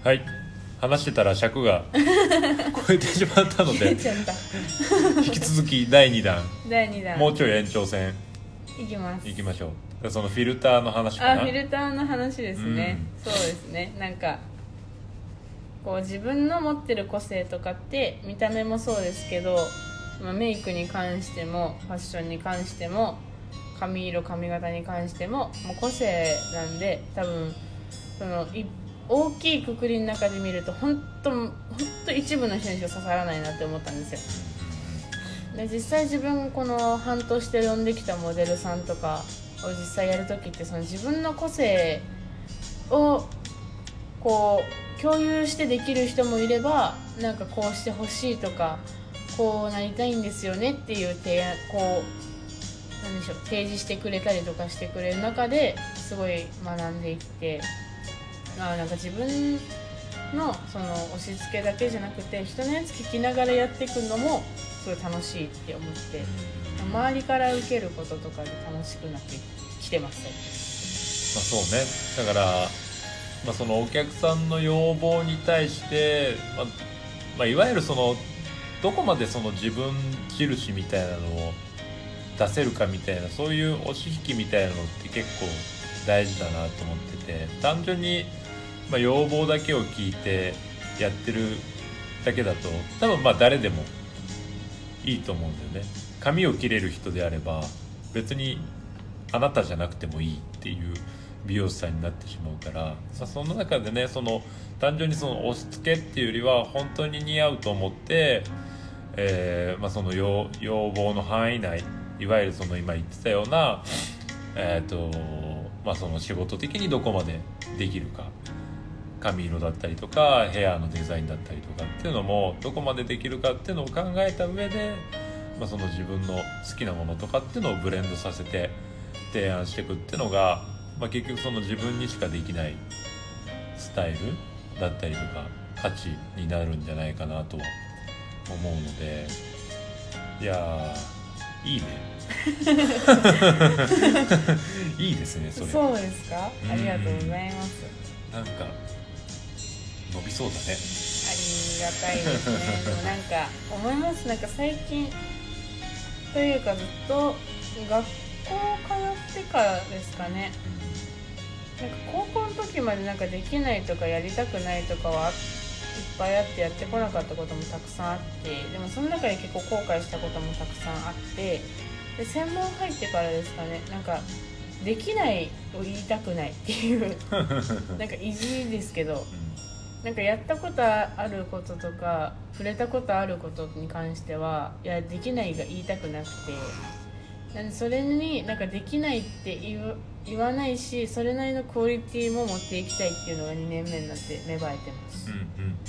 はい、話してたら尺が超えてしまったので引き続き第2弾もうちょい延長戦いきましょう。そのフィルターの話かな。 フィルターの話ですね、そうですね。なんかこう自分の持ってる個性とかって見た目もそうですけど、メイクに関してもファッションに関しても髪色髪型に関してももう個性なんで、多分その大きい括りの中で見ると本当一部の人にしか刺さらないなって思ったんですよ。で実際自分この半年で呼んできたモデルさんとかを実際やるときって、その自分の個性をこう共有してできる人もいれば、なんかこうしてほしいとかこうなりたいんですよねっていう提案、こうなんでしょう、提示してくれたりとかしてくれる中ですごい学んでいって、なんか自分のその押し付けだけじゃなくて人のやつ聞きながらやっていくのもすごい楽しいって思って、周りから受けることとかで楽しくなってきてます。 そうね。だからそのお客さんの要望に対して、いわゆるそのどこまでその自分印みたいなのを出せるかみたいな、そういう押し引きみたいなのって結構大事だなと思ってて、単純に要望だけを聞いてやってるだけだと多分誰でもいいと思うんだよね。髪を切れる人であれば別にあなたじゃなくてもいいっていう美容師さんになってしまうから、その中でね、その単純にその押し付けっていうよりは本当に似合うと思って、その要望の範囲内、いわゆるその今言ってたようなその仕事的にどこまでできるか、髪色だったりとかヘアのデザインだったりとかっていうのもどこまでできるかっていうのを考えた上で、その自分の好きなものとかっていうのをブレンドさせて提案していくっていうのが、結局その自分にしかできないスタイルだったりとか価値になるんじゃないかなとは思うので、いやーいいねいいですねそれ。 そうですか、ありがとうございます。 なんか伸びそうだね。 ありがたいですねでもなんか思います。なんか最近というかずっと学校通ってからですかね、なんか高校の時までなんかできないとかやりたくないとかはいっぱいあってやってこなかったこともたくさんあって、でもその中で結構後悔したこともたくさんあって、で専門入ってからですかね、なんかできないを言いたくないっていうなんか意地ですけど、なんかやったことあることとか触れたことあることに関してはいやできないが言いたくなくて、なんでそれになんかできないって言わないし、それなりのクオリティも持っていきたいっていうのが2年目になって芽生えてます。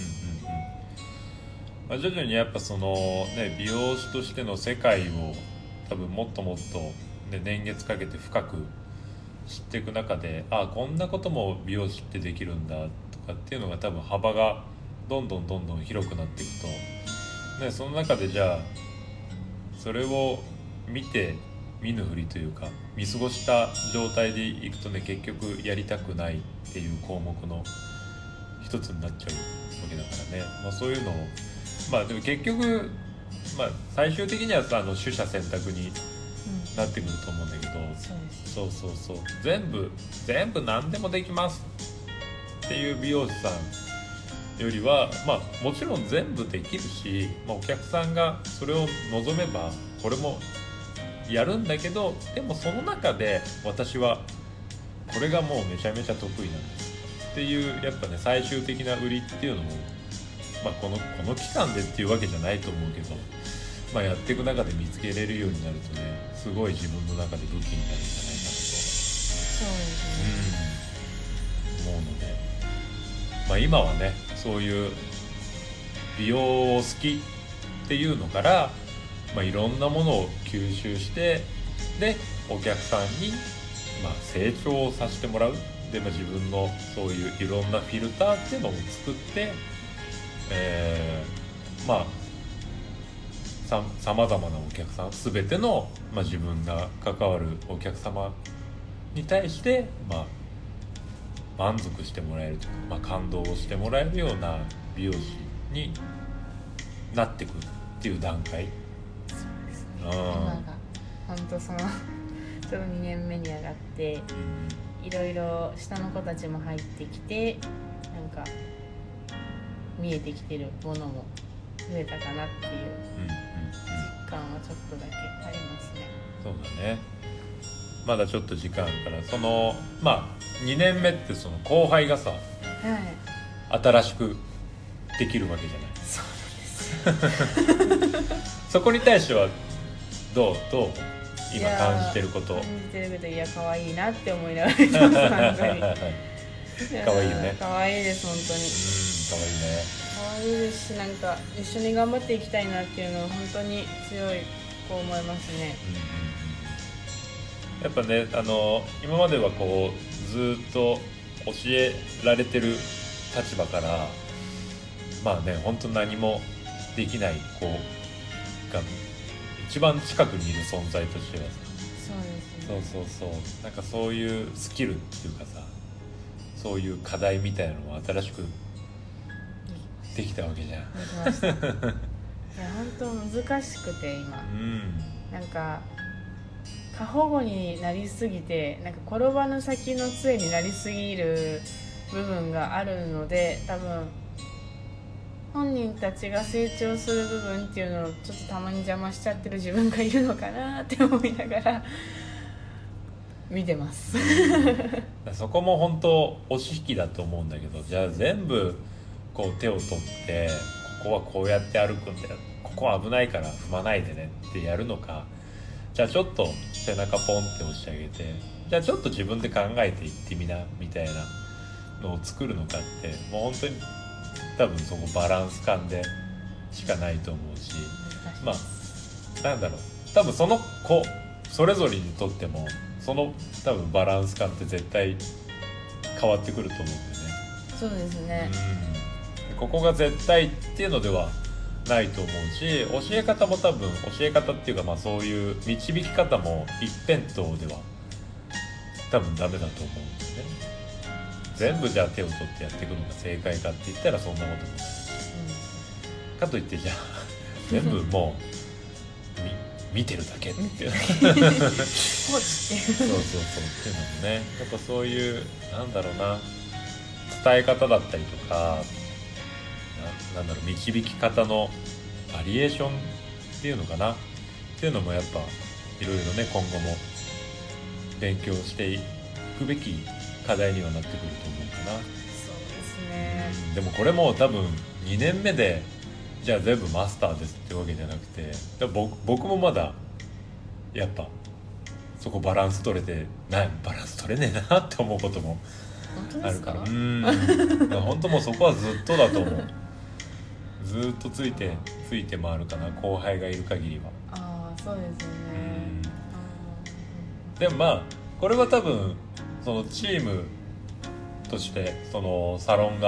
徐々にやっぱそのね、美容師としての世界を多分もっともっと、年月かけて深く知っていく中で、こんなことも美容師ってできるんだとかっていうのが多分幅がどんどん広くなっていくと、その中でじゃあそれを見て見ぬふりというか見過ごした状態でいくとね、結局やりたくないっていう項目の一つになっちゃうわけだからね。そういうのをでも結局最終的には取捨選択になってくると思うんだけど、そう全部何でもできますっていう美容師さんよりは、もちろん全部できるし、お客さんがそれを望めばこれもやるんだけど、でもその中で私はこれがもうめちゃめちゃ得意なんですっていうやっぱね、最終的な売りっていうのも、この期間でっていうわけじゃないと思うけど、やっていく中で見つけれるようになるとね、すごい自分の中で武器になるんじゃないかなと、 そうですね、 思うので、今はねそういう美容を好きっていうのから、いろんなものを吸収して、でお客さんに成長させてもらう。で、自分のそういういろんなフィルターっていうのを作って、さまざまなお客さん、全ての、自分が関わるお客様に対して、 満足してもらえるというか、感動をしてもらえるような美容師になってくっていう段階。 そうですね、今が本当そのちょうど2年目に上がって、いろいろ下の子たちも入ってきて、なんか見えてきてるものも増えたかなっていう実感はちょっとだけありますね。 そうだね。まだちょっと時間あるから、その2年目ってその後輩がさ、新しくできるわけじゃない。 そうなんですよそこに対してはどう今感じてること。 いや可愛いなって思いながら言ってます。可愛いよね。 可愛いです本当に。 可愛いね。 可愛いですし、なんか一緒に頑張っていきたいなっていうのは本当に強いこう思いますね。 やっぱね、今まではこうずっと教えられてる立場から本当何もできない子が一番近くにいる存在としてはさ、 そうですね。 そうなんかそういうスキルっていうかさ、そういう課題みたいなのも新しくできたわけじゃん。 できました。いや本当難しくて今、なんか過保護になりすぎて、なんか転ばぬ先の杖になりすぎる部分があるので、多分本人たちが成長する部分っていうのをちょっとたまに邪魔しちゃってる自分がいるのかなって思いながら見てますそこも本当押し引きだと思うんだけど、じゃあ全部こう手を取ってここはこうやって歩くんだよ、ここは危ないから踏まないでねってやるのか、じゃあちょっと背中ポンって押してあげて、じゃあちょっと自分で考えていってみなみたいなのを作るのかって、もう本当に多分そこバランス感でしかないと思うし、なんだろう、多分その子それぞれにとってもその多分バランス感って絶対変わってくると思うんだよね。 そうですね。 ここが絶対っていうのではないと思うし、教え方も多分教え方っていうかそういう導き方も一辺倒では多分ダメだと思うんですね。全部じゃあ手を取ってやっていくのが正解かって言ったらそんなこともないし、かといってじゃあ全部もう見てるだけっていうそうっていうのもね、やっぱそういうなんだろうな、伝え方だったりとか、なんだろう、導き方のバリエーションっていうのかなっていうのもやっぱいろいろね、今後も勉強していくべき課題にはなってくると思うかな。 そうですね。 でもこれも多分2年目でじゃあ全部マスターですってわけじゃなくて、僕もまだやっぱそこバランス取れねえなって思うこともあるから、本当もうそこはずっとだと思う。ずっとついて回るかな、後輩がいる限りは。 そうですよね。 でもこれは多分そのチームとしてそのサロン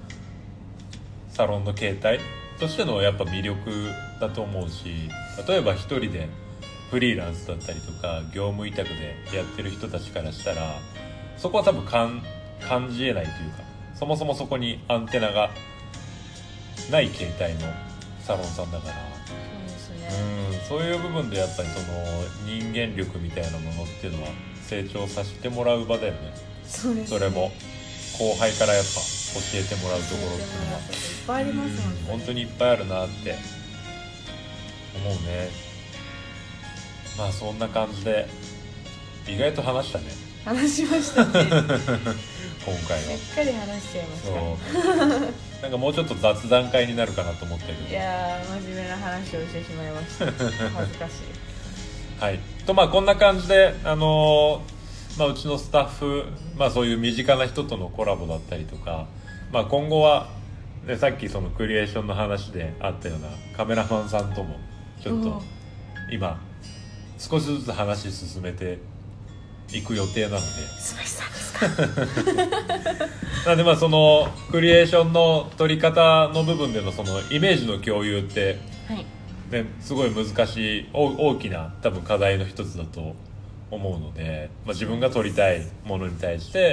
の形態としてのやっぱ魅力だと思うし、例えば一人でフリーランスだったりとか業務委託でやってる人たちからしたら、そこは多分感じえないというか、そもそもそこにアンテナがない形態のサロンさんだから、 そうですね。 そういう部分でやっぱりその人間力みたいなものっていうのは成長させてもらう場だよね。 そうですね。 それも後輩からやっぱ教えてもらうところっていうのはいっぱいありますもんね。 本当にいっぱいあるなって思うね。そんな感じで意外と話したね。 話しましたね今回はしっかり話しちゃいました。 そうなんかもうちょっと雑談会になるかなと思ったけど、 いやー真面目な話をしてしまいました恥ずかしいはいとこんな感じでうちのスタッフ、そういう身近な人とのコラボだったりとか、今後は、ね、さっきそのクリエーションの話であったようなカメラマンさんともちょっと今少しずつ話進めていく予定なので、 須貝さんですかなのでそのクリエーションの撮り方の部分でのそのイメージの共有って、ね、すごい難しい大きな多分課題の一つだと思うので、自分が撮りたいものに対して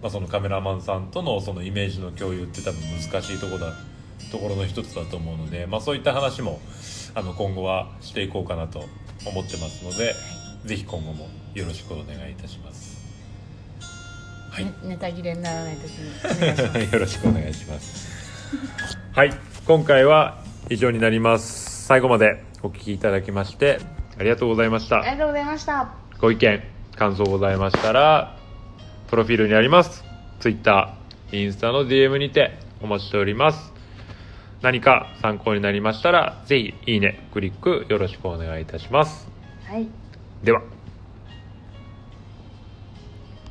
そのカメラマンさんとのそのイメージの共有って多分難しいところの一つだと思うので、そういった話も今後はしていこうかなと思ってますので、ぜひ今後もよろしくお願いいたします。はい、 ネタ切れにならない時にお願いしますよろしくお願いしますはい、今回は以上になります。最後までお聞きいただきましてありがとうございました。 ありがとうございました。 ご意見感想ございましたらプロフィールにあります Twitter、インスタの DM にてお待ちしております。何か参考になりましたらぜひいいねクリックよろしくお願いいたします。 はい、 では。